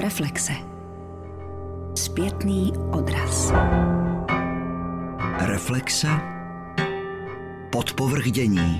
Reflexe. Zpětný odraz. Reflexe. Podpovrchdění.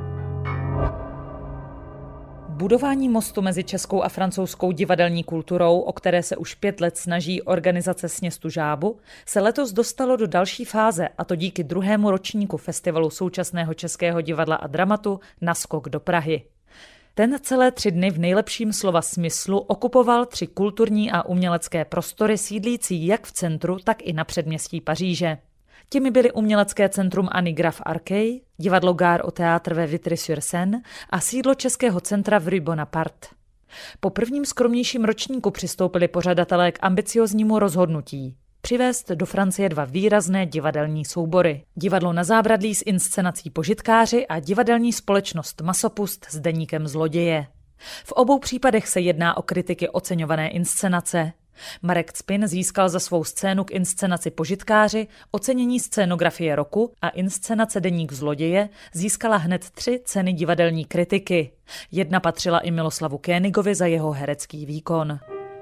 Budování mostu mezi českou a francouzskou divadelní kulturou, o které se už 5 let snaží organizace Sněstu žábu, se letos dostalo do další fáze, a to díky 2. ročníku Festivalu současného českého divadla a dramatu Naskok do Prahy. Ten celé 3 dny v nejlepším slova smyslu okupoval 3 kulturní a umělecké prostory sídlící jak v centru, tak i na předměstí Paříže. Těmi byly umělecké centrum Anny Graf Arcay, divadlo Gare au Théâtre ve Vitry-sur-Seine a sídlo Českého centra v Rue Bonaparte. Po prvním skromnějším ročníku přistoupili pořadatelé k ambicioznímu rozhodnutí přivést do Francie 2 výrazné divadelní soubory. Divadlo Na zábradlí s inscenací Požitkáři a divadelní společnost Masopust s deníkem Zloděje. V obou případech se jedná o kritiky oceňované inscenace. Marek Cpin získal za svou scénu k inscenaci Požitkáři ocenění scénografie roku a inscenace Deník Zloděje získala hned 3 ceny divadelní kritiky. Jedna patřila i Miloslavu Koenigovi za jeho herecký výkon.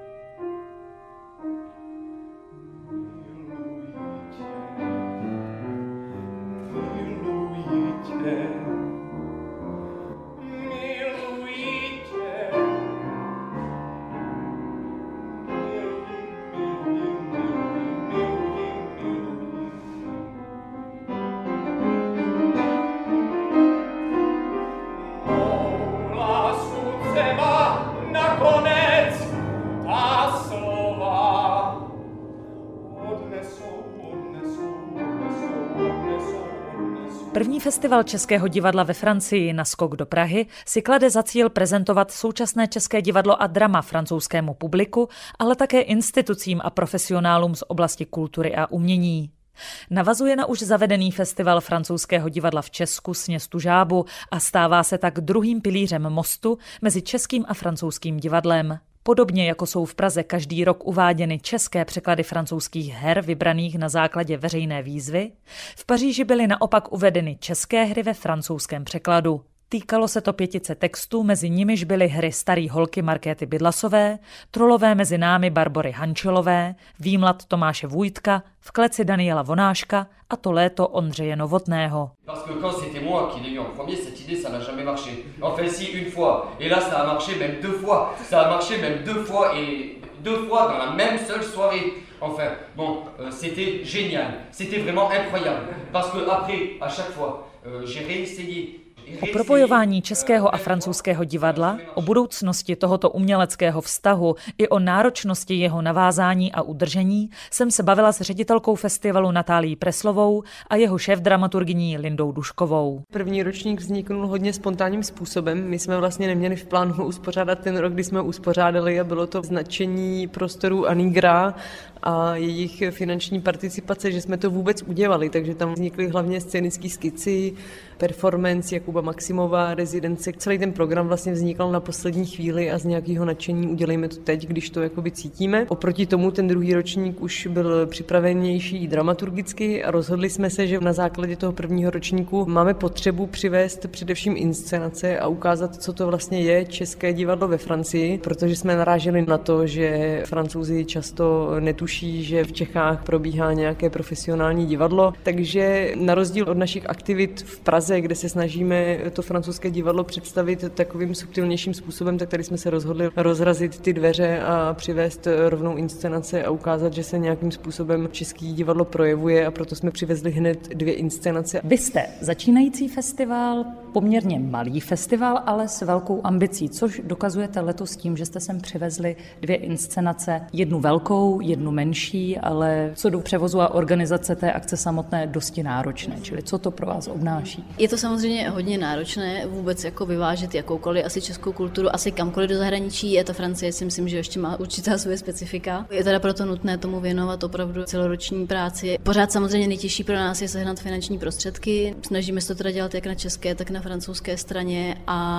První festival českého divadla ve Francii Naskok do Prahy si klade za cíl prezentovat současné české divadlo a drama francouzskému publiku, ale také institucím a profesionálům z oblasti kultury a umění. Navazuje na už zavedený festival francouzského divadla v Česku Sněstu žábu a stává se tak druhým pilířem mostu mezi českým a francouzským divadlem. Podobně jako jsou v Praze každý rok uváděny české překlady francouzských her vybraných na základě veřejné výzvy, v Paříži byly naopak uvedeny české hry ve francouzském překladu. Týkalo se to 5 textů, mezi nimiž byly hry Starý holky Markéty Bydlasové, Trolové mezi námi Barbory Hančelové, Výmlad Tomáše Vůjtka, V kleci Daniela Vonáška a To léto Ondřeje Novotného. Parce que quand c'était moi qui l'ai eu en premier, cette idée, ça n'a jamais marché. Enfin, si, une fois. Et là, ça a marché même 2 fois. Ça a marché même 2 fois et 2 fois dans la même seule soirée. Enfin, bon, c'était génial. C'était vraiment incroyable. Parce que après, à chaque fois, j'ai réessayé. O propojování českého a francouzského divadla, o budoucnosti tohoto uměleckého vztahu i o náročnosti jeho navázání a udržení jsem se bavila s ředitelkou festivalu Natálií Preslovou a jeho šéfdramaturgyní Lindou Duškovou. První ročník vzniknul hodně spontánním způsobem. My jsme vlastně neměli v plánu uspořádat ten rok, kdy jsme uspořádali, a bylo to značení prostorů Anny Graf a jejich finanční participace, že jsme to vůbec udělali, takže tam vznikly hlavně scénické skici, performance Jakuba Maximova, rezidence. Celý ten program vlastně vznikal na poslední chvíli a z nějakého nadšení udělejme to teď, když to jakoby cítíme. Oproti tomu ten druhý ročník už byl připravenější dramaturgicky a rozhodli jsme se, že na základě toho prvního ročníku máme potřebu přivést především inscenace a ukázat, co to vlastně je české divadlo ve Francii, protože jsme naráželi na to, že Francouzi často netuší, že v Čechách probíhá nějaké profesionální divadlo, takže na rozdíl od našich aktivit v Praze, kde se snažíme to francouzské divadlo představit takovým subtilnějším způsobem, tak tady jsme se rozhodli rozrazit ty dveře a přivést rovnou inscenace a ukázat, že se nějakým způsobem český divadlo projevuje, a proto jsme přivezli hned 2 inscenace. Vy jste začínající festival, poměrně malý festival, ale s velkou ambicí, což dokazujete letos tím, že jste sem přivezli 2 inscenace, jednu velkou, jednu menší, ale co do převozu a organizace té akce samotné dosti náročné, čili co to pro vás obnáší? Je to samozřejmě hodně náročné vůbec jako vyvážet jakoukoliv asi českou kulturu, asi kamkoliv do zahraničí. Je ta Francie, si myslím, že ještě má určitá svoje specifika. Je teda proto nutné tomu věnovat opravdu celoroční práci. Pořád samozřejmě nejtěžší pro nás je sehnat finanční prostředky. Snažíme se to teda dělat jak na české, tak na francouzské straně,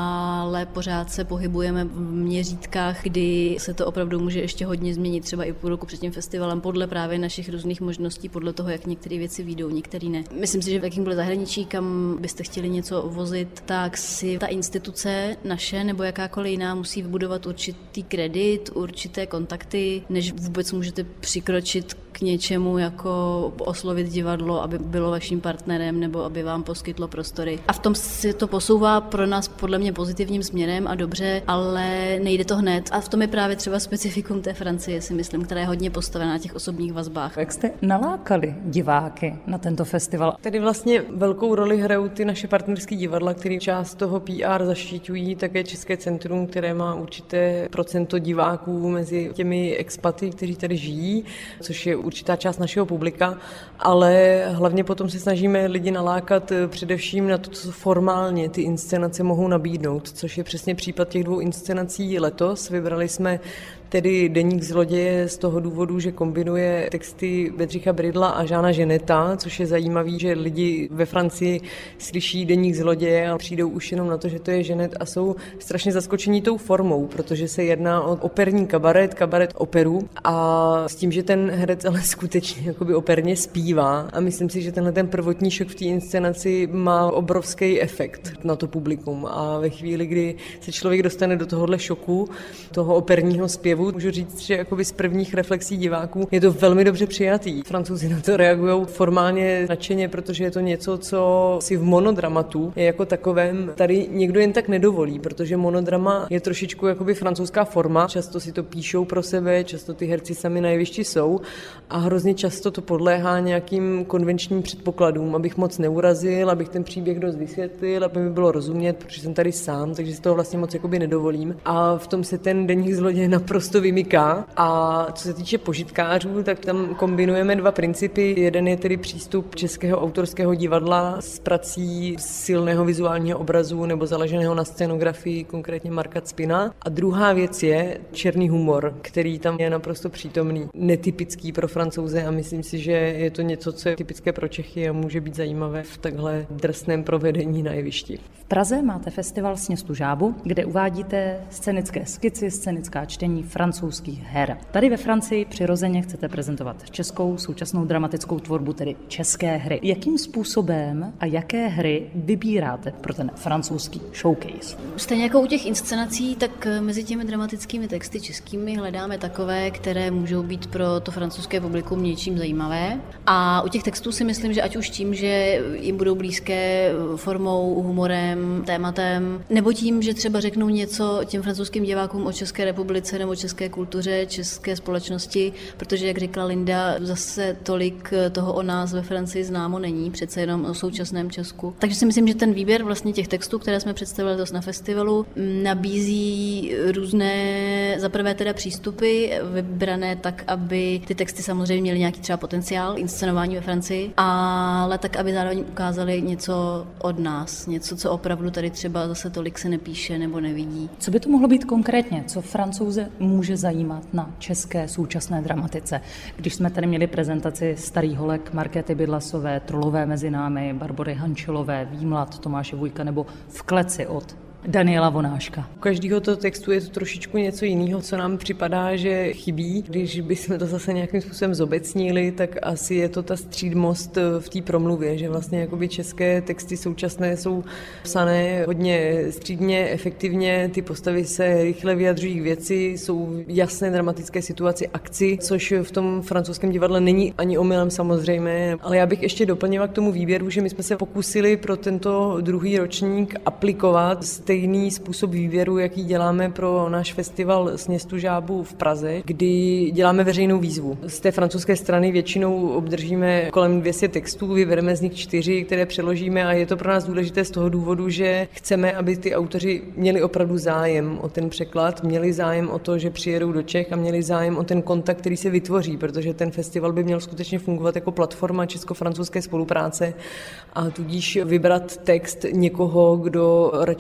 ale pořád se pohybujeme v měřítkách, kdy se to opravdu může ještě hodně změnit, třeba i půl roku před tím festivalem, podle právě našich různých možností, podle toho, jak některé věci vyjdou, některé ne. Myslím si, že v jakýmkoliv zahraničí, kam byste chtěli něco vozit, tak si ta instituce naše nebo jakákoliv jiná musí vybudovat určitý kredit, určité kontakty, než vůbec můžete přikročit k něčemu, jako oslovit divadlo, aby bylo vaším partnerem nebo aby vám poskytlo prostory. A v tom se to posouvá pro nás podle mě pozitivním směrem a dobře, ale nejde to hned. A v tom je právě třeba specifikum té Francie, si myslím, která je hodně postavená na těch osobních vazbách. Jak jste nalákali diváky na tento festival? Tady vlastně velkou roli hrajou ty naše partnerské divadla, které část toho PR zaštiťují, také České centrum, které má určité procento diváků mezi těmi expaty, kteří tady žijí, což je určitá část našeho publika, ale hlavně potom se snažíme lidi nalákat především na to, co formálně ty inscenace mohou nabídnout, což je přesně případ těch 2 inscenací letos. Vybrali jsme tedy Deník zloděje z toho důvodu, že kombinuje texty Bedřicha Brydla a Žána Ženeta, což je zajímavý, že lidi ve Francii slyší Deník zloděje a přijdou už jenom na to, že to je Ženet a jsou strašně zaskočení tou formou, protože se jedná o operní kabaret operu a s tím, že ten herec ale skutečně jakoby operně zpívá a myslím si, že tenhle ten prvotní šok v té inscenaci má obrovský efekt na to publikum a ve chvíli, kdy se člověk dostane do tohohle šoku, toho operního zpěvu, můžu říct, že jakoby z prvních reflexí diváků je to velmi dobře přijatý. Francouzi na to reagují formálně nadšeně, protože je to něco, co si v monodramatu je jako takovém tady někdo jen tak nedovolí, protože monodrama je trošičku jakoby francouzská forma, často si to píšou pro sebe, často ty herci sami na jevišti jsou a hrozně často to podléhá nějakým konvenčním předpokladům, abych moc neurazil, abych ten příběh dost vysvětlil, aby mi bylo rozumět, protože jsem tady sám, takže si toho vlastně moc jakoby nedovolím. A v tom se ten Deník zloděje naprosto vymyká. A co se týče požitkářů, tak tam kombinujeme 2 principy. Jeden je tedy přístup českého autorského divadla s prací silného vizuálního obrazu nebo založeného na scenografii, konkrétně Marka Cpina. A druhá věc je černý humor, který tam je naprosto přítomný, netypický pro Francouze a myslím si, že je to něco, co je typické pro Čechy a může být zajímavé v takhle drsném provedení na jevišti. V Praze máte festival Sněstu žábu, kde uvádíte scénické skici, scénická čtení francouzských her. Tady ve Francii přirozeně chcete prezentovat českou současnou dramatickou tvorbu, tedy české hry. Jakým způsobem a jaké hry vybíráte pro ten francouzský showcase? Stejně jako u těch inscenací, tak mezi těmi dramatickými texty českými hledáme takové, které můžou být pro to francouzské publikum něčím zajímavé. A u těch textů si myslím, že ať už tím, že jim budou blízké formou, humorem, tématem, nebo tím, že třeba řeknou něco těm francouzským divákům o České republice nebo české kultuře, české společnosti, protože, jak řekla Linda, zase tolik toho o nás ve Francii známo není, přece jenom o současném Česku. Takže si myslím, že ten výběr vlastně těch textů, které jsme představili na festivalu, nabízí různé, zaprvé teda přístupy, vybrané tak, aby ty texty samozřejmě měly nějaký třeba potenciál inscenování ve Francii, ale tak, aby zároveň ukázali něco od nás, něco, co opravdu tady třeba zase tolik se nepíše nebo nevidí. Co by to mohlo být konkrétně? Co Francouze může zajímat na české současné dramatice? Když jsme tady měli prezentaci Starý holek Markéty Bydlasové, Trolové mezi námi, Barbory Hančelové, Výmlad Tomáše Vujka nebo V kleci od Daniela Vonáška. U každého toho textu je to trošičku něco jiného, co nám připadá, že chybí. Když bychom to zase nějakým způsobem zobecnili, tak asi je to ta střídmost v té promluvě, že vlastně jakoby české texty současné jsou psané hodně střídně, efektivně, ty postavy se rychle vyjadřují k věci, jsou jasné dramatické situaci, akci, což v tom francouzském divadle není ani omylem samozřejmě, ale já bych ještě doplnila k tomu výběru, že my jsme se pokusili pro tento druhý ročník aplikovat stejný způsob výběru, jaký děláme pro náš festival Sněstu žábu v Praze, kdy děláme veřejnou výzvu. Z té francouzské strany většinou obdržíme kolem 200 textů, vybereme z nich 4, které přeložíme a je to pro nás důležité z toho důvodu, že chceme, aby ty autoři měli opravdu zájem o ten překlad, měli zájem o to, že přijedou do Čech a měli zájem o ten kontakt, který se vytvoří, protože ten festival by měl skutečně fungovat jako platforma česko-francouzské spolupráce a tudíž vybrat text někoho, kdo radši si bude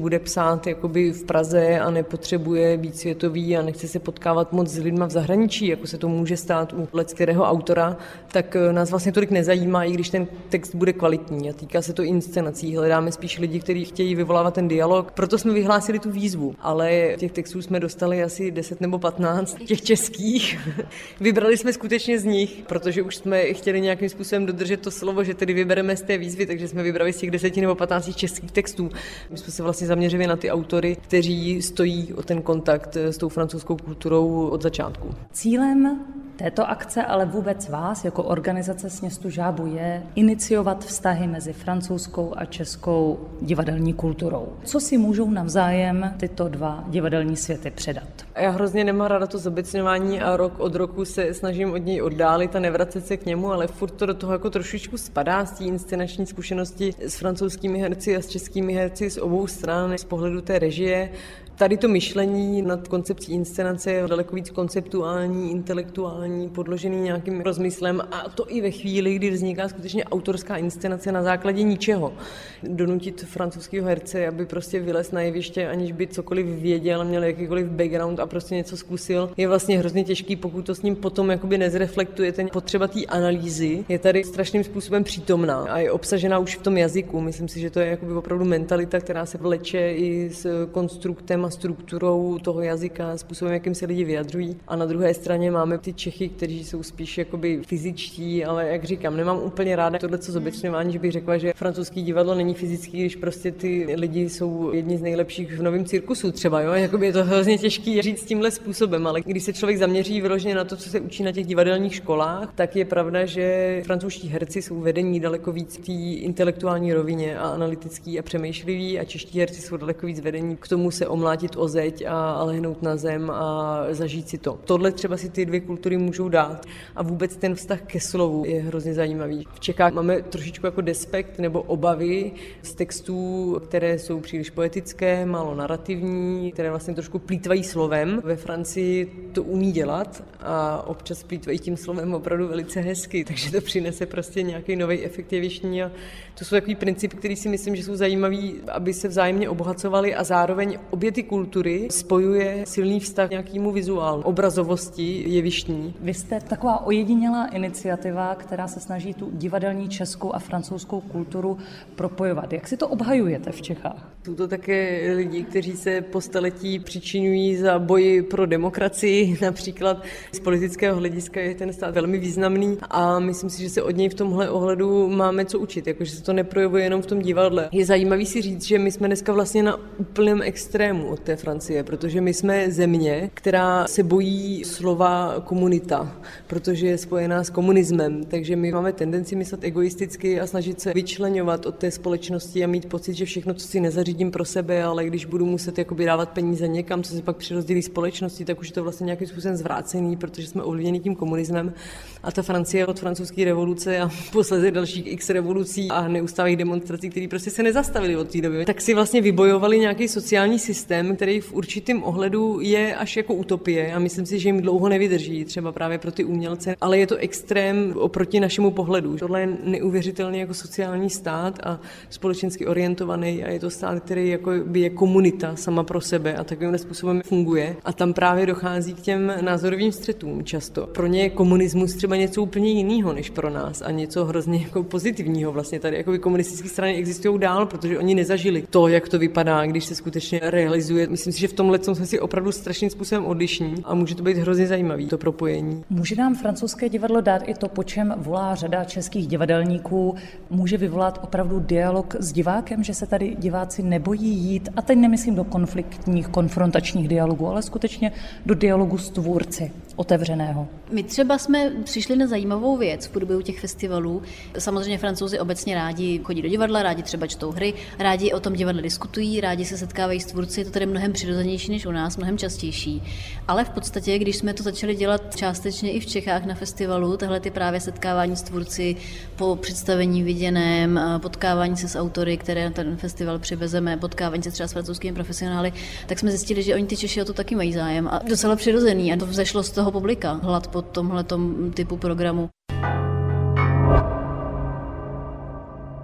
bude psát jakoby v Praze a nepotřebuje být světový a nechce se potkávat moc s lidma v zahraničí, jako se to může stát u leckého autora, tak nás vlastně tolik nezajímá, i když ten text bude kvalitní a týká se to inscenací. Hledáme spíš lidi, kteří chtějí vyvolávat ten dialog. Proto jsme vyhlásili tu výzvu, ale těch textů jsme dostali asi 10 nebo 15, těch českých. Vybrali jsme skutečně z nich, protože už jsme chtěli nějakým způsobem dodržet to slovo, že tedy vybereme z té výzvy, takže jsme vybrali z těch 10 nebo 15 českých textů. My jsme se vlastně zaměřili na ty autory, kteří stojí o ten kontakt s tou francouzskou kulturou od začátku. Cílem této akce, ale vůbec vás jako organizace Sněstu žábu je iniciovat vztahy mezi francouzskou a českou divadelní kulturou. Co si můžou navzájem tyto dva divadelní světy předat? Já hrozně nemám ráda to zobecňování a rok od roku se snažím od něj oddálit a nevracet se k němu, ale furt to do toho jako trošičku spadá z té inscenační zkušenosti s francouzskými herci a s českými herci z obou stran, z pohledu té režie. Tady to myšlení nad koncepcí inscenace je daleko víc konceptuální, intelektuální, podložený nějakým rozmyslem a to i ve chvíli, kdy vzniká skutečně autorská inscenace na základě ničeho. Donutit francouzského herce, aby prostě vylez na jeviště, aniž by cokoliv věděl, měl jakýkoliv background a prostě něco zkusil, je vlastně hrozně těžký, pokud to s ním potom jakoby nezreflektuje. Ten potřeba té analýzy je tady strašným způsobem přítomná a je obsažená už v tom jazyku. Myslím si, že to je jakoby opravdu mentalita, která se vleče i s konstruktem a strukturou toho jazyka, způsobem, jakým se lidi vyjadřují. A na druhé straně máme ty Čechy, kteří jsou spíš jakoby fyzičtí, ale jak říkám, nemám úplně ráda tohleto zobecňování, že bych řekla, že francouzský divadlo není fyzický, když prostě ty lidi jsou jedni z nejlepších v novém cirkusu třeba, jo? Jakoby je to hrozně těžký říct tímhle způsobem, ale když se člověk zaměří vyloženě na to, co se učí na těch divadelních školách, tak je pravda, že francouzští herci jsou vedení daleko víc k té intelektuální rovině a analytický a přemýšliví a čeští herci jsou daleko víc vedení k tomu se omlátit o zeď a lehnout na zem a zažít si to. Tohle třeba si ty dvě kultury můžou dát a vůbec ten vztah ke slovu je hrozně zajímavý. V Čechách máme trošičku jako despekt nebo obavy z textů, které jsou příliš poetické, málo narrativní, které vlastně trošku plýtvají slovem. Ve Francii to umí dělat a občas plýtvají tím slovem opravdu velice hezky, takže to přinese prostě nějaký nový efekt jevištní a to jsou takový principy, který si myslím, že jsou zajímavý, aby se vzájemně obohacovali a zároveň obě ty kultury spojuje silný vztah k nějakému vizuálu, obrazovosti jevištní. Vy jste taková ojedinělá iniciativa, která se snaží tu divadelní českou a francouzskou kulturu propojovat. Jak si to obhajujete v Čechách? Jsou to také lidi, kteří se po staletí přičiňují za boji pro demokracii. Například z politického hlediska je ten stát velmi významný a myslím si, že se od něj v tomhle ohledu máme co učit, jakože se to neprojevuje jenom v tom divadle. Je zajímavý si říct, že my jsme dneska vlastně na úplném extrému od té Francie, protože my jsme země, která se bojí slova komunita, protože je spojená s komunismem, takže my máme tendenci myslet egoisticky a snažit se vyčleňovat od té společnosti a mít pocit, že všechno, co si nezařídím pro sebe, ale když budu muset jakoby dávat peníze někam, co se pak přirozdělí společnosti, tak už je to vlastně nějakým způsobem zvrácený, protože jsme ovlivněni tím komunismem a ta Francie od francouzské revoluce a posledně dalších x revolucí a neustálých demonstrací, které prostě se nezastavily od té doby, tak si vlastně vybojovali nějaký sociální systém, který v určitém ohledu je až jako utopie a myslím si, že jim dlouho nevydrží, třeba právě pro ty umělce, ale je to extrém oproti našemu pohledu. Tohle je neuvěřitelný jako sociální stát a společensky orientovaný a je to stát, který jako je komunita sama pro sebe a takovým způsobem funguje a tam právě dochází k těm názorovým střetům často. Pro ně je komunismus třeba něco úplně jiného než pro nás a něco hrozně jako pozitivního vlastně tady. Jako komunistické strany existují dál, protože oni nezažili to, jak to vypadá, když se skutečně realizuje. Myslím si, že v tomhle jsme si opravdu strašným způsobem odlišní a může to být hrozně zajímavý, to propojení. Může nám francouzské divadlo dát i to, po čem volá řada českých divadelníků, může vyvolat opravdu dialog s divákem, že se tady diváci nebojí jít, a teď nemyslím do konfliktních, konfrontačních dialogů, ale skutečně do dialogu s tvůrci otevřeného. My třeba jsme přišli na zajímavou věc v průběhu těch festivalů. Samozřejmě Francouzi obecně rádi chodí do divadla, rádi třeba čtou hry, rádi o tom divadle diskutují, rádi se setkávají s tvůrci, je to tedy mnohem přirozenější než u nás, mnohem častější. Ale v podstatě, když jsme to začali dělat částečně i v Čechách na festivalu, tahle ty právě setkávání s tvůrci po představení viděném, potkávání se s autory, které na ten festival přivezeme, potkávání se třeba s francouzskými profesionály, tak jsme zjistili, že oni ty Češi o to taky mají zájem a docela přirozený a to vzešlo z toho publika, hlad po tomhletom typu programu.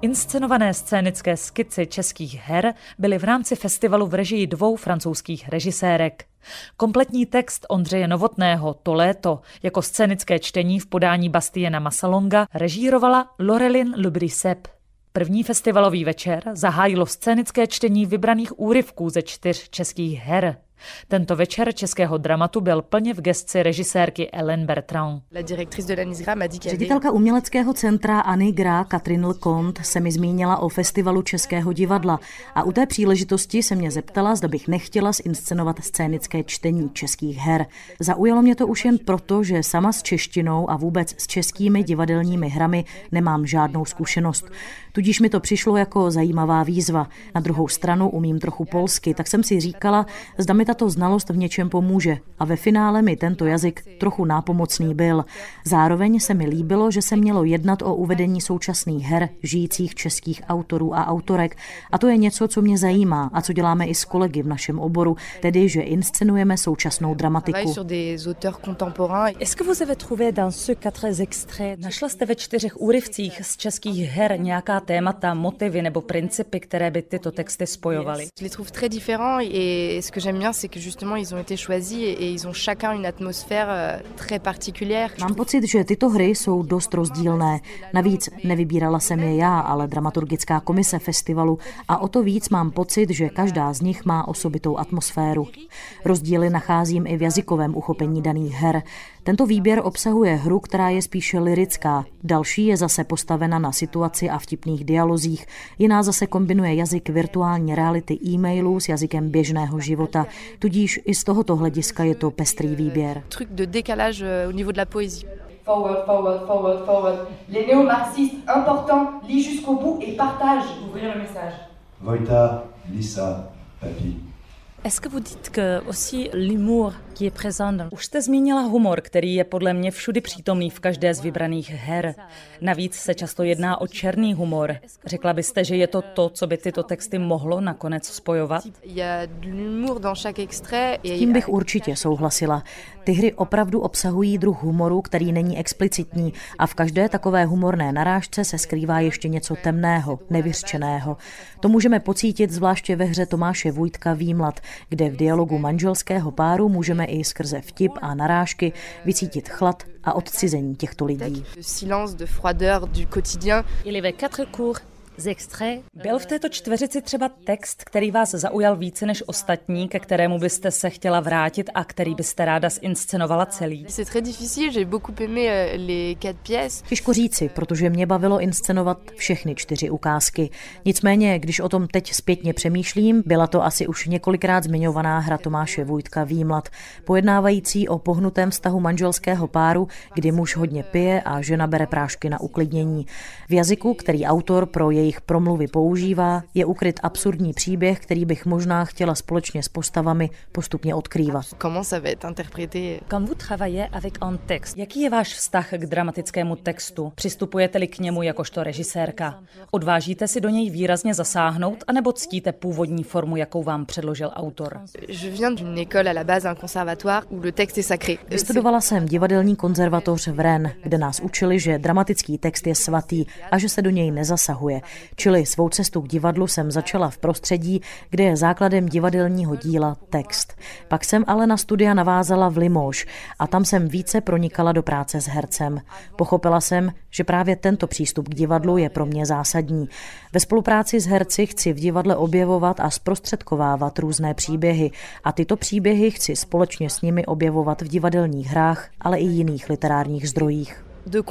Inscenované scénické skici českých her byly v rámci festivalu v režii 2 francouzských režisérek. Kompletní text Ondřeje Novotného To léto jako scénické čtení v podání Bastiena Masalonga režírovala Laureline Le Brissep. První festivalový večer zahájilo scénické čtení vybraných úryvků ze 4 českých her. Tento večer českého dramatu byl plně v gesci režisérky Hélène Bertrand. Ředitelka uměleckého centra Anigra Catherine Lecomte se mi zmínila o festivalu Českého divadla a u té příležitosti se mě zeptala, zda bych nechtěla zinscenovat scénické čtení českých her. Zaujalo mě to už jen proto, že sama s češtinou a vůbec s českými divadelními hrami nemám žádnou zkušenost. Tudíž mi to přišlo jako zajímavá výzva. Na druhou stranu umím trochu polsky, tak jsem si říkala, zda mi tato znalost v něčem pomůže. A ve finále mi tento jazyk trochu nápomocný byl. Zároveň se mi líbilo, že se mělo jednat o uvedení současných her žijících českých autorů a autorek. A to je něco, co mě zajímá a co děláme i s kolegy v našem oboru, tedy že inscenujeme současnou dramatiku. Našla jste ve 4 úryvcích z českých her nějaká témata, motivy nebo principy, které by tyto texty spojovaly? Mám pocit, že tyto hry jsou dost rozdílné. Navíc nevybírala jsem je já, ale dramaturgická komise festivalu a o to víc mám pocit, že každá z nich má osobitou atmosféru. Rozdíly nacházím i v jazykovém uchopení daných her. Tento výběr obsahuje hru, která je spíše lyrická. Další je zase postavena na situaci a vtipných dialozích. Jiná zase kombinuje jazyk virtuální reality e-mailů s jazykem běžného života. Tudíž i z tohoto hlediska je to pestrý výběr. Forward, forward, forward, forward. Les néo-marxistes importants lisent jusqu'au bout et partagent. Ouvrir le message. Vojta, Lisa, Papi. Est-ce que vous dites que aussi l'humour qui est présent dans... Už jste zmínila humor, který je podle mě všudy přítomný v každé z vybraných her. Navíc se často jedná o černý humor. Řekla byste, že je to to, co by tyto texty mohlo nakonec spojovat? S tím bych určitě souhlasila. Ty hry opravdu obsahují druh humoru, který není explicitní a v každé takové humorné narážce se skrývá ještě něco temného, nevyřčeného. To můžeme pocítit zvláště ve hře Tomáše Vujtka Výmlad, kde v dialogu manželského páru můžeme i skrze vtip a narážky vycítit chlad a odcizení těchto lidí. Byl v této čtveřici třeba text, který vás zaujal více než ostatní, ke kterému byste se chtěla vrátit a který byste ráda zinscenovala celý? Těžko říci, protože mě bavilo inscenovat všechny 4 ukázky. Nicméně, když o tom teď zpětně přemýšlím, byla to asi už několikrát zmiňovaná hra Tomáše Vujtka Výmlad, pojednávající o pohnutém vztahu manželského páru, kdy muž hodně pije a žena bere prášky na uklidnění. V jazyku, který autor pro jejich promluvy používá, je ukryt absurdní příběh, který bych možná chtěla společně s postavami postupně odkrývat. Jaký je váš vztah k dramatickému textu? Přistupujete-li k němu jakožto režisérka? Odvážíte si do něj výrazně zasáhnout, anebo ctíte původní formu, jakou vám předložil autor? Vystudovala jsem divadelní konzervatoř v Rennes, kde nás učili, že dramatický text je svatý a že se do něj nezasahuje. Čili svou cestu k divadlu jsem začala v prostředí, kde je základem divadelního díla text. Pak jsem ale na studia navázala v Limoges a tam jsem více pronikala do práce s hercem. Pochopila jsem, že právě tento přístup k divadlu je pro mě zásadní. Ve spolupráci s herci chci v divadle objevovat a zprostředkovávat různé příběhy a tyto příběhy chci společně s nimi objevovat v divadelních hrách, ale i jiných literárních zdrojích.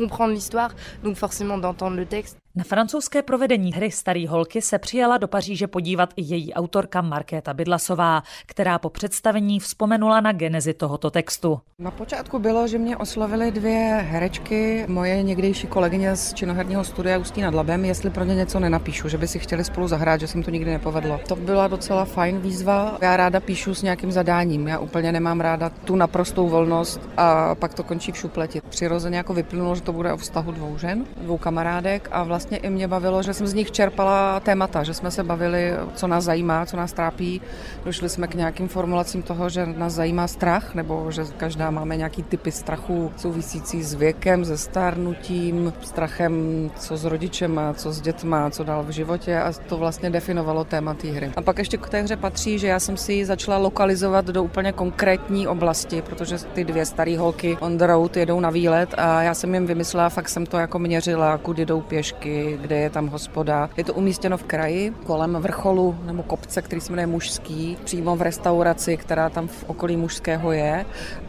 Na francouzské provedení hry Starý holky se přijela do Paříže podívat i její autorka Markéta Bydlasová, která po představení vzpomenula na genezi tohoto textu. Na počátku bylo, že mě oslovily 2 herečky, moje někdejší kolegyně z činoherního studia Ústí nad Labem, jestli pro ně něco nenapíšu, že by si chtěli spolu zahrát, že se jim to nikdy nepovedlo. To byla docela fajn výzva. Já ráda píšu s nějakým zadáním. Já úplně nemám ráda tu naprostou volnost a pak to končí v šupleti. Přirozeně jako vyplynulo, že to bude o vztahu 2 žen, 2 kamarádek a vlastně vlastně i mě bavilo, že jsem z nich čerpala témata, že jsme se bavili, co nás zajímá, co nás trápí. Došli jsme k nějakým formulacím toho, že nás zajímá strach, nebo že každá máme nějaký typy strachu souvisící s věkem, se stárnutím, strachem, co s rodičema, co s dětma, co dál v životě, a to vlastně definovalo téma té hry. A pak ještě k té hře patří, že já jsem si ji začala lokalizovat do úplně konkrétní oblasti, protože ty dvě staré holky on the road jedou na výlet a já jsem jim vymyslela, fakt jsem to jako měřila, kudy jdou pěšky, kde je tam hospoda. Je to umístěno v kraji, kolem vrcholu nebo kopce, který se jmenuje Mužský, přímo v restauraci, která tam v okolí Mužského je.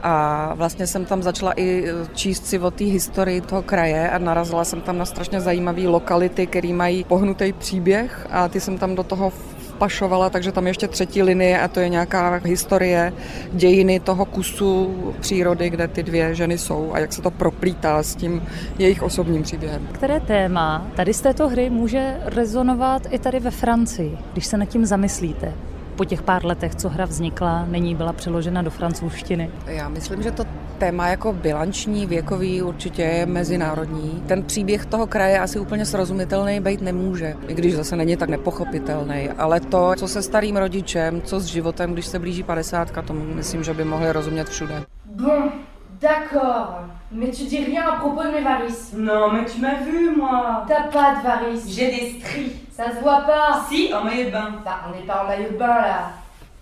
A vlastně jsem tam začala i číst si o té historii toho kraje a narazila jsem tam na strašně zajímavé lokality, které mají pohnutý příběh a ty jsem tam do toho pašovala, takže tam ještě třetí linie a to je nějaká historie, dějiny toho kusu přírody, kde ty dvě ženy jsou a jak se to proplítá s tím jejich osobním příběhem. Které téma tady z této hry může rezonovat i tady ve Francii, když se nad tím zamyslíte? Po těch pár letech, co hra vznikla, nyní byla přeložena do francouzštiny. Já myslím, že to téma jako bilanční, věkový určitě je mezinárodní. Ten příběh toho kraje asi úplně srozumitelný být nemůže, i když zase není tak nepochopitelný. Ale to, co se starým rodičem, co s životem, když se blíží 50, tomu myslím, že by mohli rozumět všude. Bon, d'accord, mais tu dis rien à propos de mes varices. Non, mais tu m'as vu, moi. T'as pas de varices. J'ai des stries. Ça se voit pas. Si, en maillot de bain. Bah, on n'est pas en maillot de bain, là.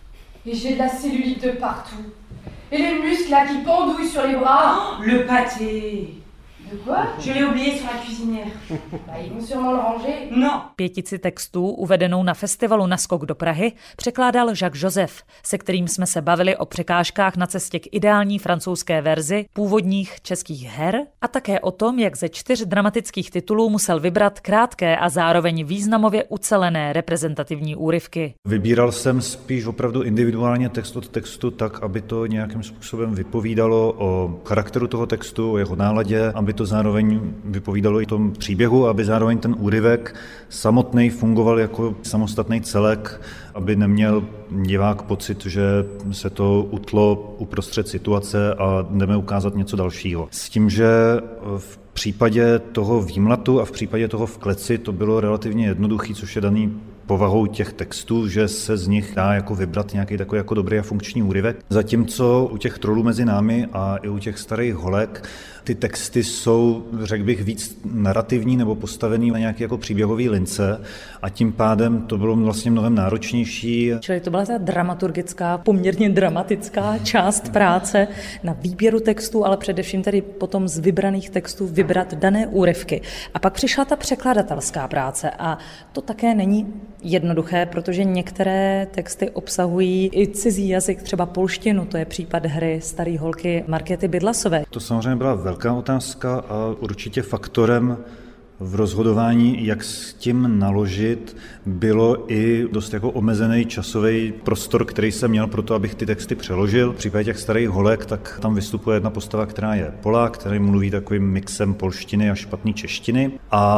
Et j'ai de la cellulite de partout. Et les muscles, là, qui pendouillent sur les bras. Oh, le pâté. De quoi? Je l'ai oublié sur la cuisinière. Bah, ils vont sûrement le ranger. Non. Pětici textů, uvedenou na festivalu Naskok do Prahy, překládal Jacques Joseph, se kterým jsme se bavili o překážkách na cestě k ideální francouzské verzi původních českých her a také o tom, jak ze 4 dramatických titulů musel vybrat krátké a zároveň významově ucelené reprezentativní úryvky. Vybíral jsem spíš opravdu individuálně text od textu tak, aby to nějakým způsobem vypovídalo o charakteru toho textu, o jeho náladě, aby to zároveň vypovídalo i tom příběhu, aby zároveň ten úryvek samotný fungoval jako samostatný celek, aby neměl divák pocit, že se to utlo uprostřed situace a jdeme ukázat něco dalšího. S tím, že v případě toho výmlatu a v případě toho v kleci to bylo relativně jednoduchý, což je daný povahou těch textů, že se z nich dá jako vybrat nějaký takový jako dobrý a funkční úryvek. Zatímco u těch trolů mezi námi a i u těch starých holek ty texty jsou, řekl bych, víc narrativní nebo postavený na nějaké jako příběhové lince a tím pádem to bylo vlastně mnohem náročnější. Čili to byla ta dramaturgická, poměrně dramatická část práce na výběru textů, ale především tedy potom z vybraných textů vybrat dané úryvky. A pak přišla ta překladatelská práce a to také není jednoduché, protože některé texty obsahují i cizí jazyk, třeba polštinu, to je případ hry Starý holky Markéty Bydlasové. To samozřejmě byla velká otázka a určitě faktorem v rozhodování, jak s tím naložit, bylo i dost jako omezený časový prostor, který jsem měl pro to, abych ty texty přeložil. V případě těch starých holek, tak tam vystupuje jedna postava, která je Polák, který mluví takovým mixem polštiny a špatný češtiny.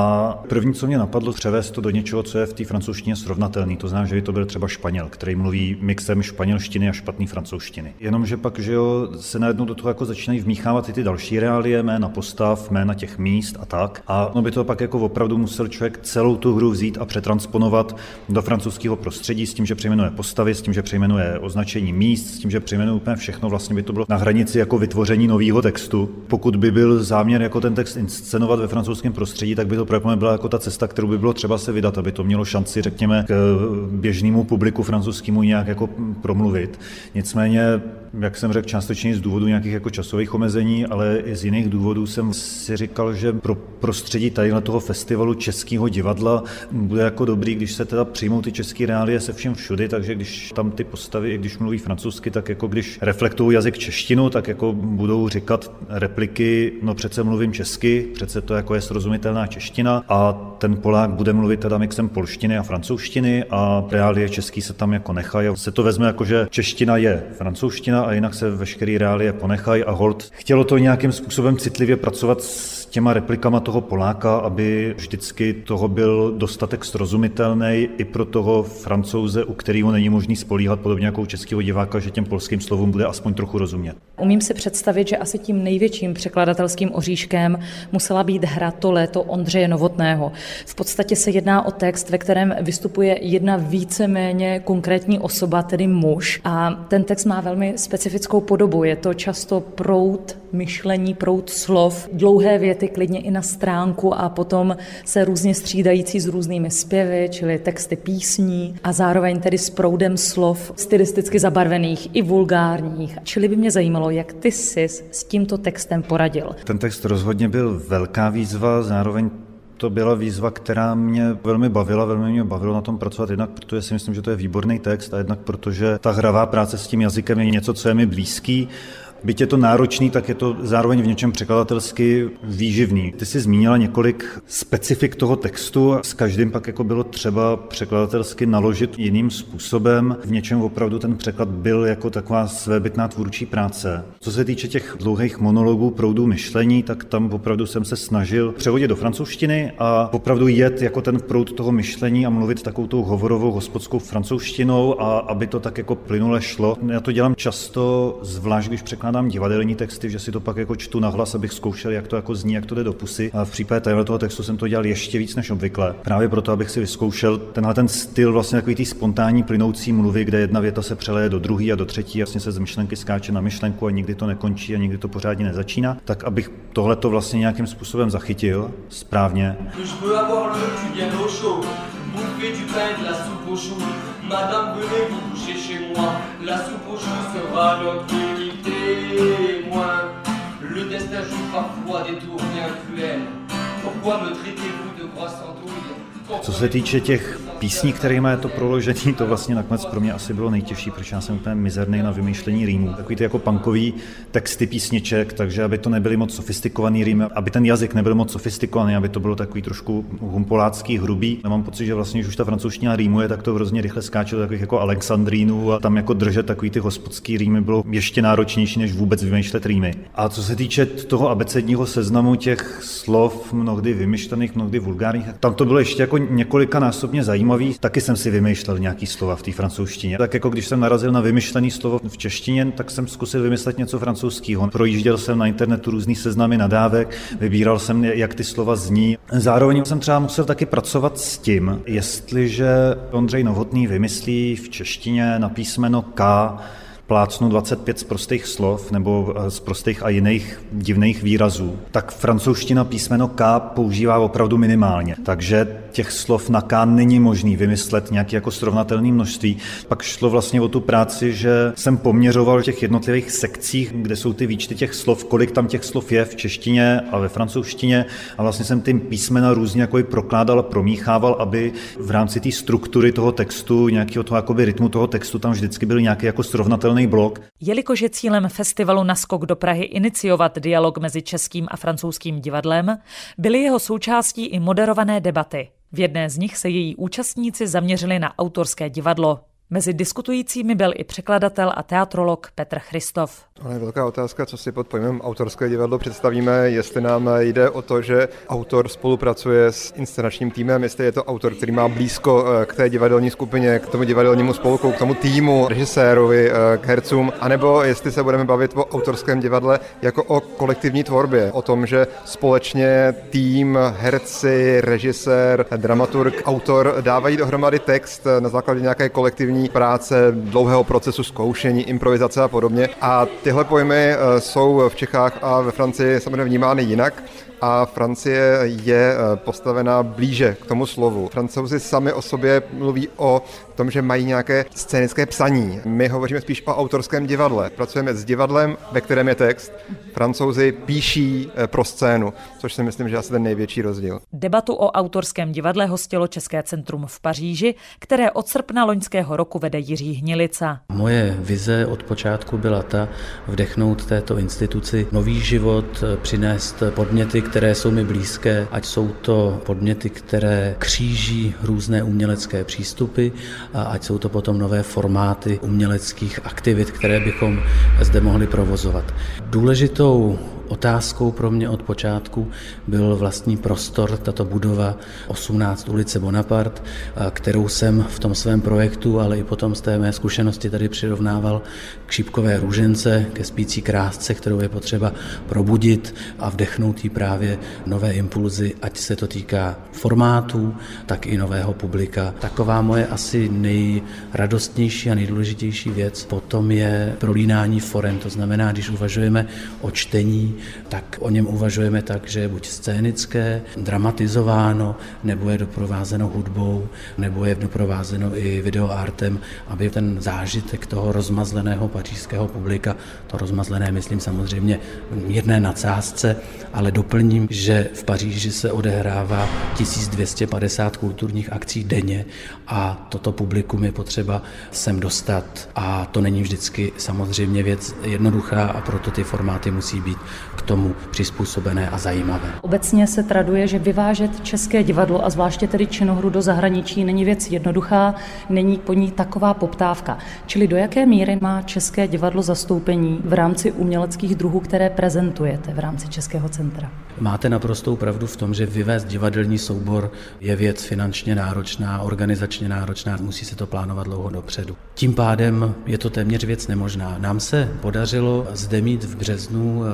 A první, co mě napadlo, převést to do něčeho, co je v té francouzštině srovnatelný. To znamená, že by to byl třeba Španěl, který mluví mixem španělštiny a špatný francouzštiny. Jenomže pak, že jo, se najednou do toho jako začínají vmíchávat i ty další reálie, jména postav, jména těch míst a tak. A no by to pak jako opravdu musel člověk celou tu hru vzít a přetransponovat do francouzského prostředí s tím, že přejmenuje postavy, s tím, že přejmenuje označení míst, s tím, že přejmenuje úplně všechno, vlastně by to bylo na hranici jako vytvoření nového textu. Pokud by byl záměr jako ten text inscenovat ve francouzském prostředí, tak by to pro mě byla jako ta cesta, kterou by bylo třeba se vydat, aby to mělo šanci, řekněme, k běžnému publiku francouzskému nějak jako promluvit. Nicméně, jak jsem řekl, částečně z důvodu nějakých jako časových omezení, ale i z jiných důvodů jsem si říkal, že pro prostředí tady na toho festivalu českého divadla bude jako dobrý, když se teda přijmou ty české reálie se všem všudy, takže když tam ty postavy, i když mluví francouzsky, tak jako když reflektují jazyk češtinu, tak jako budou říkat repliky, no přece mluvím česky, přece to jako je srozumitelná čeština a ten Polák bude mluvit teda mixem polštiny a francouzštiny a reálie český se tam jako nechají. Se to vezme jako, že čeština je francouzština a jinak se veškerý reálie ponechají a holt. Chtělo to nějakým způsobem citlivě pracovat s těma replikama toho Poláka, aby vždycky toho byl dostatek srozumitelný i pro toho Francouze, u kterého není možný spolíhat, podobně jako u českého diváka, že těm polským slovům bude aspoň trochu rozumět. Umím si představit, že asi tím největším překladatelským oříškem musela být hra To léto Ondřeje Novotného. V podstatě se jedná o text, ve kterém vystupuje jedna víceméně konkrétní osoba, tedy muž. A ten text má velmi specifickou podobu. Je to často proud myšlení, proud slov, dlouhé věty klidně i na stránku a potom se různě střídající s různými zpěvy, čili texty písní a zároveň tedy s proudem slov stylisticky zabarvených i vulgárních. Čili by mě zajímalo, jak ty jsi s tímto textem poradil. Ten text rozhodně byl velká výzva, zároveň to byla výzva, která mě velmi mě bavilo na tom pracovat, jednak protože si myslím, že to je výborný text a jednak protože ta hravá práce s tím jazykem je něco, co je mi blízký. Byť je to náročný, tak je to zároveň v něčem překladatelsky výživný. Ty jsi zmínila několik specifik toho textu a s každým pak jako bylo třeba překladatelsky naložit jiným způsobem. V něčem opravdu ten překlad byl jako taková svébytná tvůrčí práce. Co se týče těch dlouhých monologů, proudů myšlení, tak tam opravdu jsem se snažil převodit do francouzštiny a opravdu jet jako ten proud toho myšlení a mluvit takovou tou hovorovou hospodskou francouzštinou a aby to tak jako plynule šlo. Já to dělám často, zvlášť když překládám divadelní texty, že si to pak jako čtu nahlas, abych zkoušel, jak to jako zní, jak to jde do pusy. A v případě toho textu jsem to dělal ještě víc než obvykle. Právě proto, abych si vyzkoušel tenhle ten styl vlastně takový té spontánní plynoucí mluvy, kde jedna věta se přeleje do druhé a do třetí, vlastně se z myšlenky skáče na myšlenku a nikdy to nekončí a nikdy to pořádně nezačíná, tak abych tohleto vlastně nějakým způsobem zachytil správně. Madame, venez vous coucher chez moi. La soupe aux choux sera notre témoin. Le destin joue parfois des tours bien cruels. Pourquoi me traitez-vous de croissant douille? Co se týče těch písní, kterými je to proložení, to vlastně nakonec pro mě asi bylo nejtěžší, protože já jsem úplně mizerný na vymýšlení rýmů. Takový ty jako punkový texty písniček, takže aby to nebyly moc sofistikovaný rýmy, aby ten jazyk nebyl moc sofistikovaný, aby to bylo takový trošku humpolácký, hrubý. Já mám pocit, že vlastně, když už ta francouzština rýmuje, tak to hrozně rychle skáče do takových jako alexandrínů a tam jako držet takový ty hospodský rýmy bylo ještě náročnější, než vůbec vymýšlet rýmy. A co se týče toho abecedního seznamu těch slov, mnohdy vymyšlených, mnohdy vulgárních, tam to bylo ještě jako několikanásobně zajímavý. Taky jsem si vymýšlel nějaký slova v té francouzštině. Tak jako když jsem narazil na vymyšlený slovo v češtině, tak jsem zkusil vymyslet něco francouzského. Projížděl jsem na internetu různý seznamy nadávek, vybíral jsem, jak ty slova zní. Zároveň jsem třeba musel taky pracovat s tím, jestliže Ondřej Novotný vymyslí v češtině na písmeno K plácnu 25 z prostých slov nebo z prostých a jiných divných výrazů, tak francouzština písmeno K používá opravdu minimálně. Takže těch slov na K není možný vymyslet nějaké jako srovnatelné množství. Pak šlo vlastně o tu práci, že jsem poměřoval v těch jednotlivých sekcích, kde jsou ty výčty těch slov, kolik tam těch slov je v češtině a ve francouzštině a vlastně jsem tím písmena různě jako i prokládal a promíchával, aby v rámci té struktury toho textu, nějakého toho jakoby rytmu toho textu tam vždycky byl nějaký jako srovnatelný blok. Jelikož je cílem festivalu Naskok do Prahy iniciovat dialog mezi českým a francouzským divadlem, byly jeho součástí i moderované debaty. V jedné z nich se její účastníci zaměřili na autorské divadlo. Mezi diskutujícími byl i překladatel a teatrolog Petr Christof. Ale je velká otázka, co si pod pojmem autorské divadlo představíme, jestli nám jde o to, že autor spolupracuje s inscenačním týmem, jestli je to autor, který má blízko k té divadelní skupině, k tomu divadelnímu spolku, k tomu týmu, režisérovi, k hercům, anebo jestli se budeme bavit o autorském divadle jako o kolektivní tvorbě, o tom, že společně tým, herci, režisér, dramaturg, autor dávají dohromady text na základě nějaké kolektivní práce, dlouhého procesu zkoušení, improvizace a podobně. A tyhle pojmy jsou v Čechách a ve Francii samozřejmě vnímány jinak. A Francie je postavená blíže k tomu slovu. Francouzi sami o sobě mluví o tom, že mají nějaké scénické psaní. My hovoříme spíš o autorském divadle. Pracujeme s divadlem, ve kterém je text. Francouzi píší pro scénu, což si myslím, že je asi ten největší rozdíl. Debatu o autorském divadle hostilo České centrum v Paříži, které od srpna loňského roku vede Jiří Hnilica. Moje vize od počátku byla ta vdechnout této instituci nový život, přinést podněty, které jsou mi blízké, ať jsou to podněty, které kříží různé umělecké přístupy, a ať jsou to potom nové formáty uměleckých aktivit, které bychom zde mohli provozovat. Důležitou otázkou pro mě od počátku byl vlastní prostor, tato budova 18 ulice Bonaparte, kterou jsem v tom svém projektu, ale i potom z té mé zkušenosti tady přirovnával k šípkové růžence, ke spící krásce, kterou je potřeba probudit a vdechnout jí právě nové impulzy, ať se to týká formátů, tak i nového publika. Taková moje asi nejradostnější a nejdůležitější věc potom je prolínání forem, to znamená, když uvažujeme o čtení, tak o něm uvažujeme tak, že je buď scénické, dramatizováno, nebo je doprovázeno hudbou, nebo je doprovázeno i videoartem, aby ten zážitek toho rozmazleného pařížského publika, to rozmazlené myslím samozřejmě v mírné nadsázce, ale doplním, že v Paříži se odehrává 1250 kulturních akcí denně a toto publikum je potřeba sem dostat a to není vždycky samozřejmě věc jednoduchá a proto ty formáty musí být k tomu přizpůsobené a zajímavé. Obecně se traduje, že vyvážet české divadlo a zvláště tedy činohru do zahraničí není věc jednoduchá, není po ní taková poptávka. Čili do jaké míry má české divadlo zastoupení v rámci uměleckých druhů, které prezentujete v rámci Českého centra? Máte naprostou pravdu v tom, že vyvést divadelní soubor je věc finančně náročná, organizačně náročná, musí se to plánovat dlouho dopředu. Tím pádem je to téměř věc nemožná. Nám se podařilo zde mít v březnu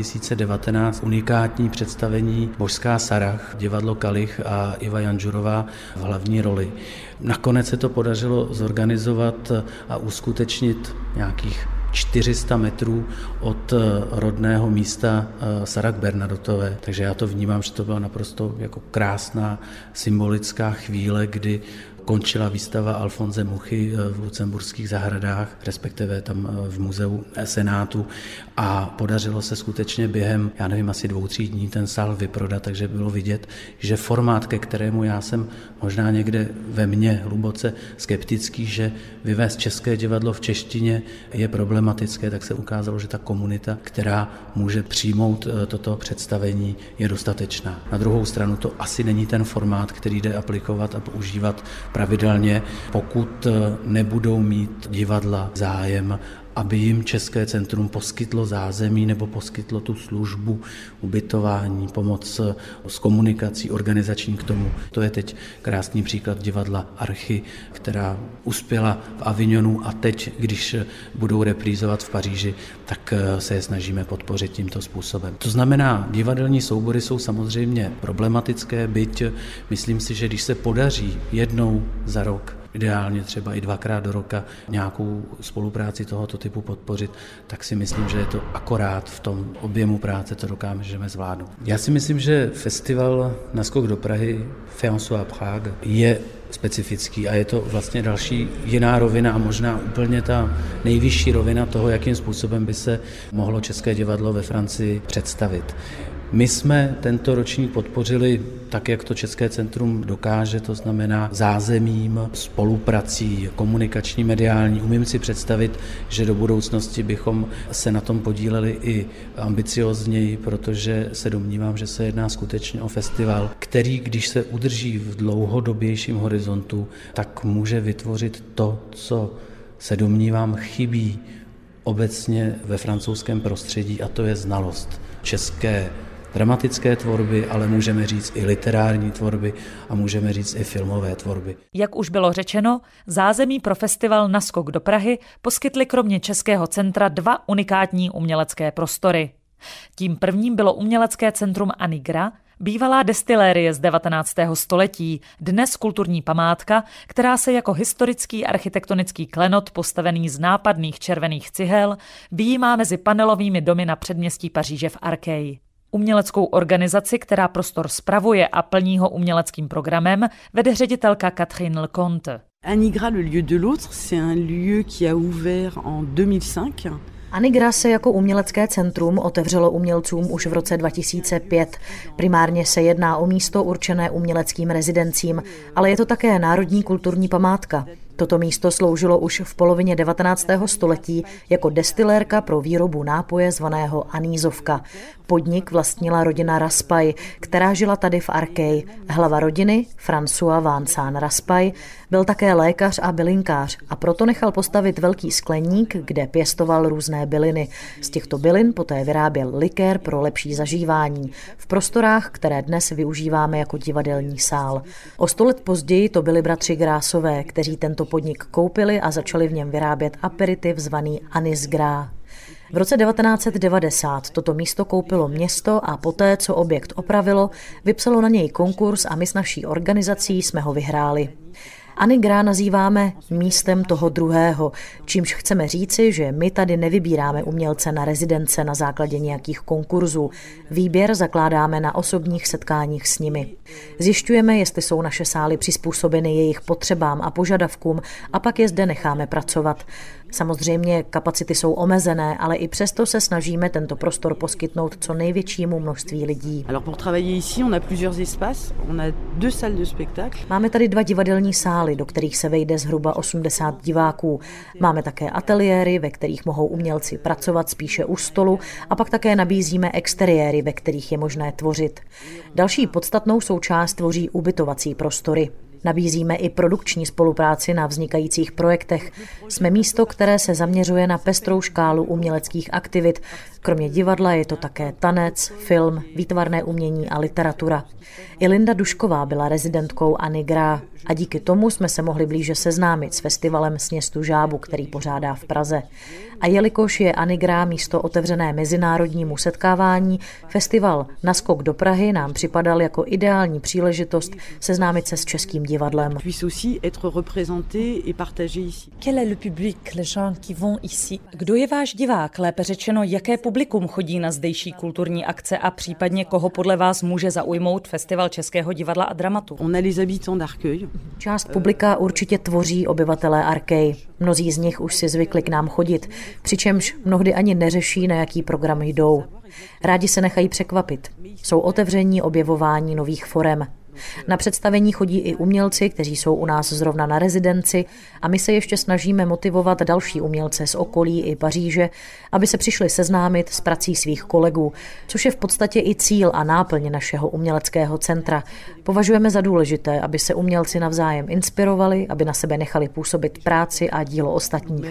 2019 unikátní představení Božská Sarah, divadlo Kalich a Iva Janžurová v hlavní roli. Nakonec se to podařilo zorganizovat a uskutečnit nějakých 400 metrů od rodného místa Sarah Bernadotové. Takže já to vnímám, že to byla naprosto jako krásná symbolická chvíle, kdy končila výstava Alfonse Muchy v Lucemburských zahradách, respektive tam v muzeu Senátu a podařilo se skutečně během, já nevím, asi 2-3 dní ten sál vyprodat, takže bylo vidět, že formát, ke kterému já jsem možná někde ve mně hluboce skeptický, že vyvést české divadlo v češtině je problematické, tak se ukázalo, že ta komunita, která může přijmout toto představení, je dostatečná. Na druhou stranu to asi není ten formát, který jde aplikovat a používat pravidelně, pokud nebudou mít divadla zájem, aby jim České centrum poskytlo zázemí nebo poskytlo tu službu, ubytování, pomoc s komunikací, organizační k tomu. To je teď krásný příklad divadla Archy, která uspěla v Avignonu a teď, když budou reprízovat v Paříži, tak se je snažíme podpořit tímto způsobem. To znamená, divadelní soubory jsou samozřejmě problematické, byť myslím si, že když se podaří jednou za rok, ideálně třeba i 2krát do roka nějakou spolupráci tohoto typu podpořit, tak si myslím, že je to akorát v tom objemu práce, to dokážeme zvládnout. Já si myslím, že festival Naskok do Prahy François Prague je specifický a je to vlastně další jiná rovina a možná úplně ta nejvyšší rovina toho, jakým způsobem by se mohlo české divadlo ve Francii představit. My jsme tento ročník podpořili tak, jak to České centrum dokáže, to znamená zázemím, spoluprací, komunikační, mediální. Umím si představit, že do budoucnosti bychom se na tom podíleli i ambiciozněji, protože se domnívám, že se jedná skutečně o festival, který, když se udrží v dlouhodobějším horizontu, tak může vytvořit to, co se domnívám chybí obecně ve francouzském prostředí, a to je znalost české dramatické tvorby, ale můžeme říct i literární tvorby a můžeme říct i filmové tvorby. Jak už bylo řečeno, zázemí pro festival Naskok do Prahy poskytly kromě Českého centra 2 unikátní umělecké prostory. Tím prvním bylo umělecké centrum Anigra, bývalá destilérie z 19. století, dnes kulturní památka, která se jako historický architektonický klenot postavený z nápadných červených cihel vyjímá mezi panelovými domy na předměstí Paříže v Arcueil. Uměleckou organizaci, která prostor spravuje a plní ho uměleckým programem, vede ředitelka Catherine Leconte. Anigra, le lieu de l'autre, c'est un lieu qui a ouvert en 2005. Anigra se jako umělecké centrum otevřelo umělcům už v roce 2005. Primárně se jedná o místo určené uměleckým rezidencím, ale je to také národní kulturní památka. Toto místo sloužilo už v polovině 19. století jako destilérka pro výrobu nápoje zvaného anízovka. Podnik vlastnila rodina Raspail, která žila tady v Arcueil. Hlava rodiny, François Vincent Raspail, byl také lékař a bylinkář a proto nechal postavit velký skleník, kde pěstoval různé byliny. Z těchto bylin poté vyráběl likér pro lepší zažívání v prostorách, které dnes využíváme jako divadelní sál. O 100 let později to byli bratři Grásové, kteří tento podnik koupili a začali v něm vyrábět aperitiv zvaný Anis Gras. V roce 1990 toto místo koupilo město a poté, co objekt opravilo, vypsalo na něj konkurs a my s naší organizací jsme ho vyhráli. Anis Gras nazýváme místem toho druhého, čímž chceme říci, že my tady nevybíráme umělce na rezidence na základě nějakých konkurzů. Výběr zakládáme na osobních setkáních s nimi. Zjišťujeme, jestli jsou naše sály přizpůsobeny jejich potřebám a požadavkům a pak je zde necháme pracovat. Samozřejmě kapacity jsou omezené, ale i přesto se snažíme tento prostor poskytnout co největšímu množství lidí. Máme tady 2 divadelní sály, do kterých se vejde zhruba 80 diváků. Máme také ateliéry, ve kterých mohou umělci pracovat spíše u stolu, a pak také nabízíme exteriéry, ve kterých je možné tvořit. Další podstatnou součást tvoří ubytovací prostory. Nabízíme i produkční spolupráci na vznikajících projektech. Jsme místo, které se zaměřuje na pestrou škálu uměleckých aktivit. Kromě divadla je to také tanec, film, výtvarné umění a literatura. I Linda Dušková byla rezidentkou Anis Gras a díky tomu jsme se mohli blíže seznámit s festivalem Sněstu žábu, který pořádá v Praze. A jelikož je Anis Gras místo otevřené mezinárodnímu setkávání, festival Naskok do Prahy nám připadal jako ideální příležitost seznámit se s českým divadlem. Kdo je váš divák? Lépe řečeno, jaké publikum chodí na zdejší kulturní akce a případně koho podle vás může zaujmout Festival Českého divadla a dramatu? Část publika určitě tvoří obyvatelé Arcueil. Mnozí z nich už si zvykli k nám chodit, přičemž mnohdy ani neřeší, na jaký program jdou. Rádi se nechají překvapit. Jsou otevření objevování nových forem. Na představení chodí i umělci, kteří jsou u nás zrovna na rezidenci, a my se ještě snažíme motivovat další umělce z okolí i Paříže, aby se přišli seznámit s prací svých kolegů, což je v podstatě i cíl a náplň našeho uměleckého centra. Považujeme za důležité, aby se umělci navzájem inspirovali, aby na sebe nechali působit práci a dílo ostatních.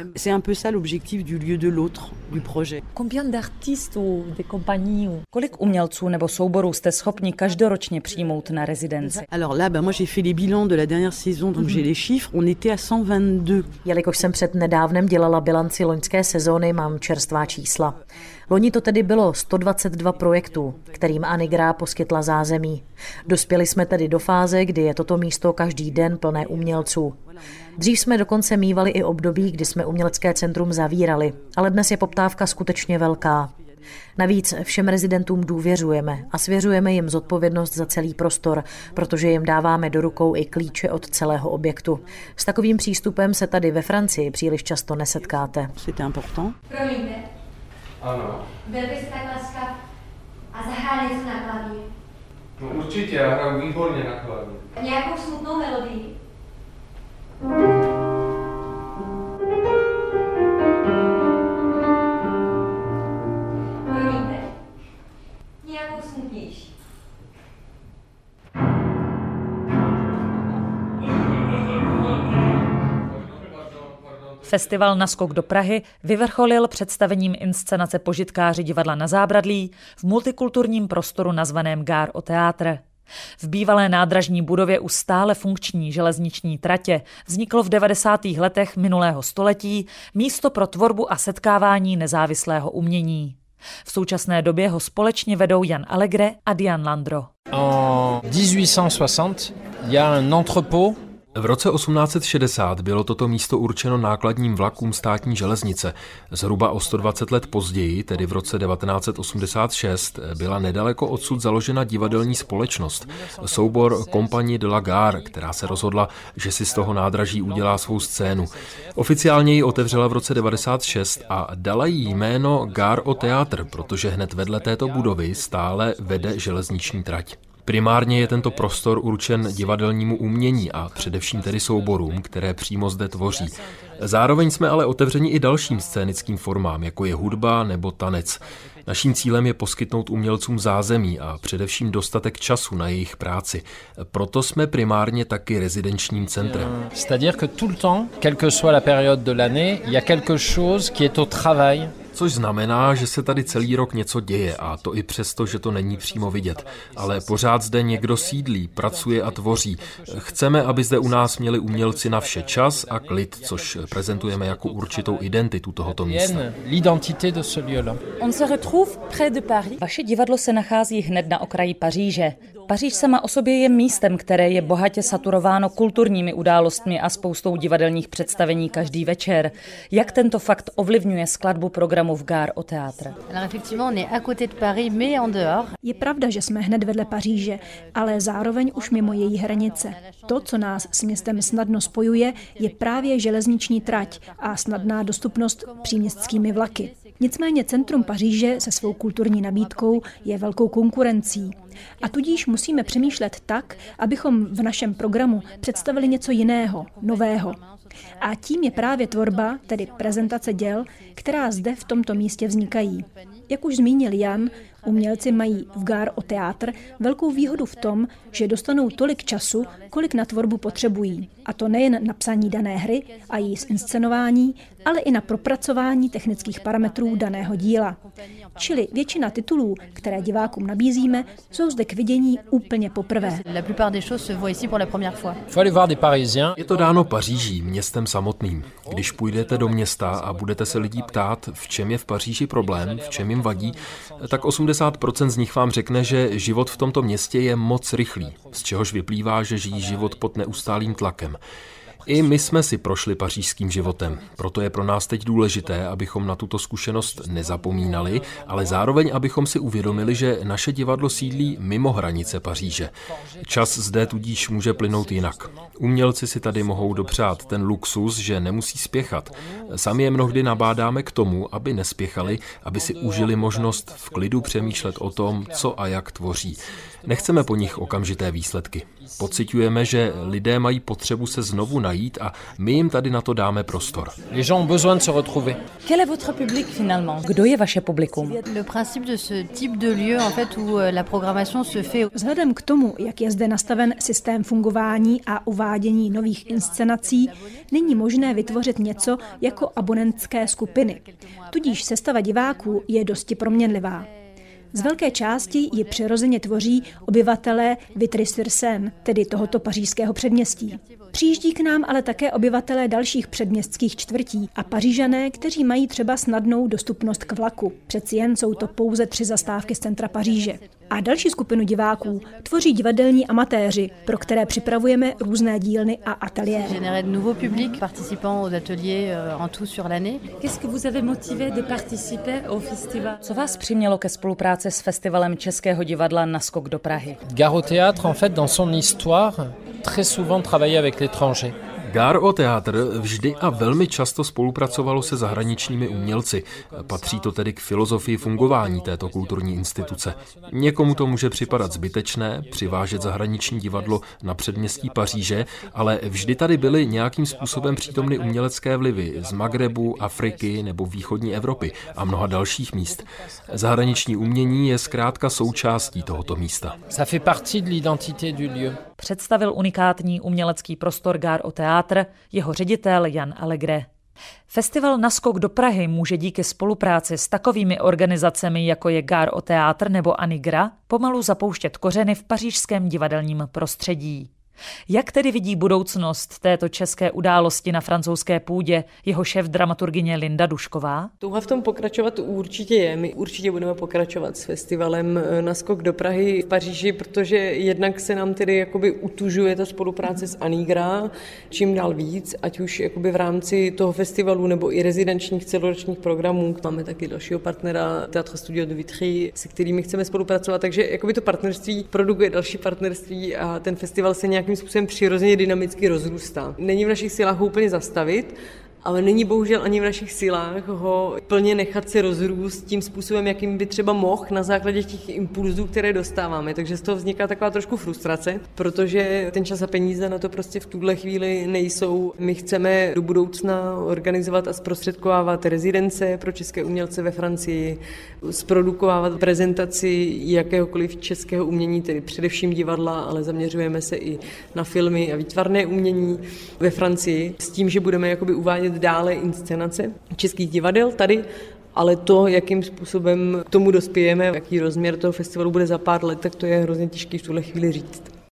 Kolik umělců nebo souborů jste schopni každoročně přijmout na rezidenci? Alors là, moi j'ai fait les bilans de la dernière saison, donc j'ai les chiffres, on était à 122. Jelikož jsem před nedávnem dělala bilanci loňské sezóny, mám čerstvá čísla. Loni to tedy bylo 122 projektů, kterým Anis Gras poskytla zázemí. Dospěli jsme tedy do fáze, kdy je toto místo každý den plné umělců. Dřív jsme dokonce mívali i období, kdy jsme umělecké centrum zavírali, ale dnes je poptávka skutečně velká. Navíc všem rezidentům důvěřujeme a svěřujeme jim zodpovědnost za celý prostor, protože jim dáváme do rukou i klíče od celého objektu. S takovým přístupem se tady ve Francii příliš často nesetkáte. Promiňte. Ano. Byl byste tak laskav a zahrál něco na klavír? No určitě, já hraju výborně na klavír. Nějakou smutnou melodii? Promiňte. Nějakou smutnější. Festival Naskok do Prahy vyvrcholil představením inscenace Požitkáři divadla Na Zábradlí v multikulturním prostoru nazvaném Gare au Théâtre. V bývalé nádražní budově u stále funkční železniční tratě vzniklo v 90. letech minulého století místo pro tvorbu a setkávání nezávislého umění. V současné době ho společně vedou Jan Allegre a Diane Landro. En 1860, il y a un entrepôt. V roce 1860 bylo toto místo určeno nákladním vlakům státní železnice. Zhruba o 120 let později, tedy v roce 1986, byla nedaleko odsud založena divadelní společnost, soubor Compagnie de la Gare, která se rozhodla, že si z toho nádraží udělá svou scénu. Oficiálně ji otevřela v roce 1996 a dala jí jméno Gare au Théâtre, protože hned vedle této budovy stále vede železniční trať. Primárně je tento prostor určen divadelnímu umění a především tedy souborům, které přímo zde tvoří. Zároveň jsme ale otevřeni i dalším scénickým formám, jako je hudba nebo tanec. Naším cílem je poskytnout umělcům zázemí a především dostatek času na jejich práci. Proto jsme primárně taky rezidenčním centrem. C'est-à-dire que tout le temps, quelle que soit la période de l'année, il y a quelque chose qui est au travail. Což znamená, že se tady celý rok něco děje a to i přesto, že to není přímo vidět. Ale pořád zde někdo sídlí, pracuje a tvoří. Chceme, aby zde u nás měli umělci na vše čas a klid, což prezentujeme jako určitou identitu tohoto místa. L'identité de ce lieu-là. On se retrouve près de Paris. Vaše divadlo se nachází hned na okraji Paříže. Paříž sama o sobě je místem, které je bohatě saturováno kulturními událostmi a spoustou divadelních představení každý večer. Jak tento fakt ovlivňuje skladbu programu v Gare au Théâtre? Je pravda, že jsme hned vedle Paříže, ale zároveň už mimo její hranice. To, co nás s městem snadno spojuje, je právě železniční trať a snadná dostupnost příměstskými vlaky. Nicméně centrum Paříže se svou kulturní nabídkou je velkou konkurencí. A tudíž musíme přemýšlet tak, abychom v našem programu představili něco jiného, nového. A tím je právě tvorba, tedy prezentace děl, která zde v tomto místě vznikají. Jak už zmínil Jan, umělci mají v Gare au Théâtre velkou výhodu v tom, že dostanou tolik času, kolik na tvorbu potřebují. A to nejen na psaní dané hry a její zinscenování, ale i na propracování technických parametrů daného díla. Čili většina titulů, které divákům nabízíme, jsou zde k vidění úplně poprvé. Je to dáno Paříží, městem samotným. Když půjdete do města a budete se lidí ptát, v čem je v Paříži problém, v čem jim vadí, tak 80% z nich vám řekne, že život v tomto městě je moc rychlý, z čehož vyplývá, že žijí život pod neustálým tlakem. I my jsme si prošli pařížským životem, proto je pro nás teď důležité, abychom na tuto zkušenost nezapomínali, ale zároveň abychom si uvědomili, že naše divadlo sídlí mimo hranice Paříže. Čas zde tudíž může plynout jinak. Umělci si tady mohou dopřát ten luxus, že nemusí spěchat. Sami je mnohdy nabádáme k tomu, aby nespěchali, aby si užili možnost v klidu přemýšlet o tom, co a jak tvoří. Nechceme po nich okamžité výsledky. Pociťujeme, že lidé mají potřebu se znovu najít a my jim tady na to dáme prostor. Les gens ont besoin de se retrouver. Quel est votre public finalement? Kdo je vaše publikum? Le principe de ce type de lieu en fait où la programmation se fait. Vzhledem k tomu, jak je zde nastaven systém fungování a uvádění nových inscenací, není možné vytvořit něco jako abonentské skupiny. Tudíž sestava diváků je dosti proměnlivá. Z velké části ji přirozeně tvoří obyvatelé Vitry-sur-Seine, tedy tohoto pařížského předměstí. Přijíždí k nám ale také obyvatelé dalších předměstských čtvrtí a Pařížané, kteří mají třeba snadnou dostupnost k vlaku. Přeci jen jsou to pouze 3 zastávky z centra Paříže. A další skupinu diváků tvoří divadelní amatéři, pro které připravujeme různé dílny a ateliéry. Co vás přimělo ke spolupráci s festivalem Českého divadla Naskok do Prahy? Gare au Théâtre, en fait, dans son histoire, très souvent travaillé avec l'étranger. Gare au Théâtre vždy a velmi často spolupracovalo se zahraničními umělci. Patří to tedy k filozofii fungování této kulturní instituce. Někomu to může připadat zbytečné, přivážet zahraniční divadlo na předměstí Paříže, ale vždy tady byly nějakým způsobem přítomny umělecké vlivy z Magrebu, Afriky nebo východní Evropy a mnoha dalších míst. Zahraniční umění je zkrátka součástí tohoto místa. Ça fait partie de l'identité du lieu. Představil unikátní umělecký prostor Gare au Théâtre jeho ředitel Jan Allegre. Festival Naskok do Prahy může díky spolupráci s takovými organizacemi, jako je Gare au Théâtre nebo Anigra, pomalu zapouštět kořeny v pařížském divadelním prostředí. Jak tedy vidí budoucnost této české události na francouzské půdě jeho šéf dramaturgyně Linda Dušková? Touha v tom pokračovat určitě je. My určitě budeme pokračovat s festivalem Naskok do Prahy v Paříži, protože jednak se nám tedy jakoby utužuje ta spolupráce s Anigra čím dál víc, ať už jakoby v rámci toho festivalu nebo i rezidenčních celoročních programů. Máme taky dalšího partnera Théâtre Studio de Vitry, se kterými chceme spolupracovat, takže jakoby to partnerství produkuje další partnerství a ten festival se nějakým způsobem přirozeně dynamicky rozrůstá. Není v našich silách ho úplně zastavit, ale není bohužel ani v našich silách ho plně nechat se rozrůst tím způsobem, jakým by třeba mohl na základě těch impulzů, které dostáváme. Takže z toho vzniká taková trošku frustrace, protože ten čas a peníze na to prostě v tuhle chvíli nejsou. My chceme do budoucna organizovat a zprostředkovávat rezidence pro české umělce ve Francii, zprodukovávat prezentaci jakéhokoliv českého umění, tedy především divadla, ale zaměřujeme se i na filmy a výtvarné umění ve Francii, s tím, že budeme jakoby uvádět dále inscenace českých divadel tady, ale to, jakým způsobem k tomu dospějeme, jaký rozměr toho festivalu bude za pár let, tak to je hrozně těžké v tuhle chvíli říct.